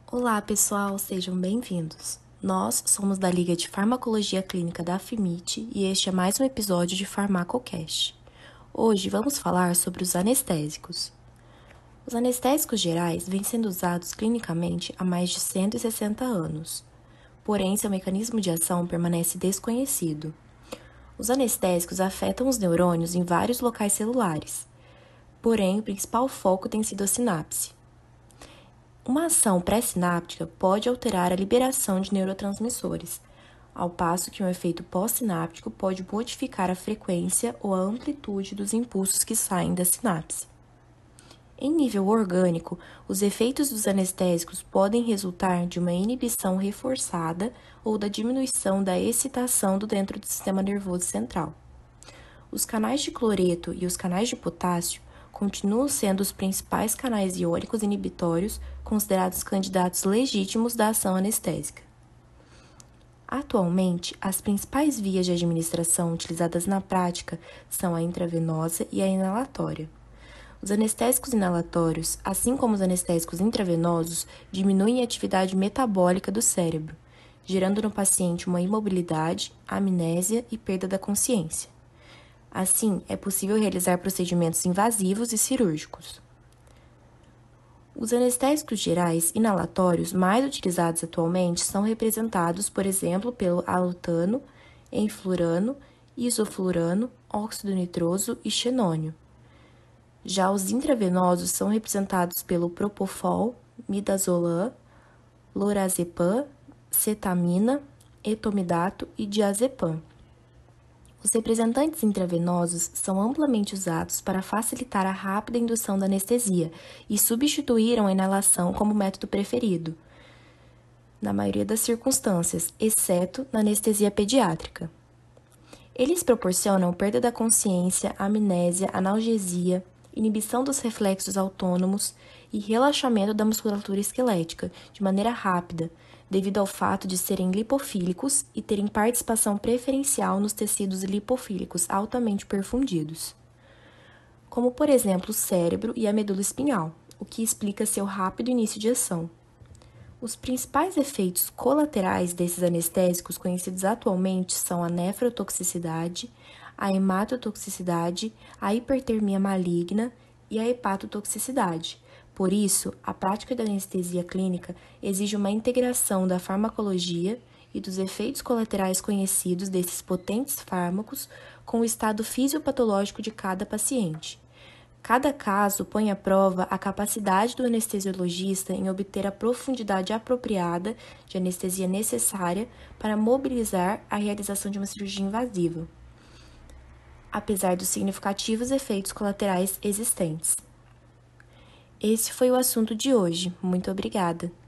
Olá, pessoal, sejam bem-vindos. Nós somos da Liga de Farmacologia Clínica da FIMIT e este é mais um episódio de Farmacocast. Hoje vamos falar sobre os anestésicos. Os anestésicos gerais vêm sendo usados clinicamente há mais de 160 anos, porém seu mecanismo de ação permanece desconhecido. Os anestésicos afetam os neurônios em vários locais celulares, porém o principal foco tem sido a sinapse. Uma ação pré-sináptica pode alterar a liberação de neurotransmissores, ao passo que um efeito pós-sináptico pode modificar a frequência ou a amplitude dos impulsos que saem da sinapse. Em nível orgânico, os efeitos dos anestésicos podem resultar de uma inibição reforçada ou da diminuição da excitação do dentro do sistema nervoso central. Os canais de cloreto e os canais de potássio continuam sendo os principais canais iônicos inibitórios considerados candidatos legítimos da ação anestésica. Atualmente, as principais vias de administração utilizadas na prática são a intravenosa e a inalatória. Os anestésicos inalatórios, assim como os anestésicos intravenosos, diminuem a atividade metabólica do cérebro, gerando no paciente uma imobilidade, amnésia e perda da consciência. Assim, é possível realizar procedimentos invasivos e cirúrgicos. Os anestésicos gerais inalatórios mais utilizados atualmente são representados, por exemplo, pelo alutano, enflurano, isoflurano, óxido nitroso e xenônio. Já os intravenosos são representados pelo propofol, midazolam, lorazepam, cetamina, etomidato e diazepam. Os representantes intravenosos são amplamente usados para facilitar a rápida indução da anestesia e substituíram a inalação como método preferido, na maioria das circunstâncias, exceto na anestesia pediátrica. Eles proporcionam perda da consciência, amnésia, analgesia, inibição dos reflexos autônomos e relaxamento da musculatura esquelética de maneira rápida, devido ao fato de serem lipofílicos e terem participação preferencial nos tecidos lipofílicos altamente perfundidos, como, por exemplo, o cérebro e a medula espinhal, o que explica seu rápido início de ação. Os principais efeitos colaterais desses anestésicos conhecidos atualmente são a nefrotoxicidade, a hematotoxicidade, a hipertermia maligna e a hepatotoxicidade. Por isso, a prática da anestesia clínica exige uma integração da farmacologia e dos efeitos colaterais conhecidos desses potentes fármacos com o estado fisiopatológico de cada paciente. Cada caso põe à prova a capacidade do anestesiologista em obter a profundidade apropriada de anestesia necessária para mobilizar a realização de uma cirurgia invasiva, apesar dos significativos efeitos colaterais existentes. Esse foi o assunto de hoje. Muito obrigada!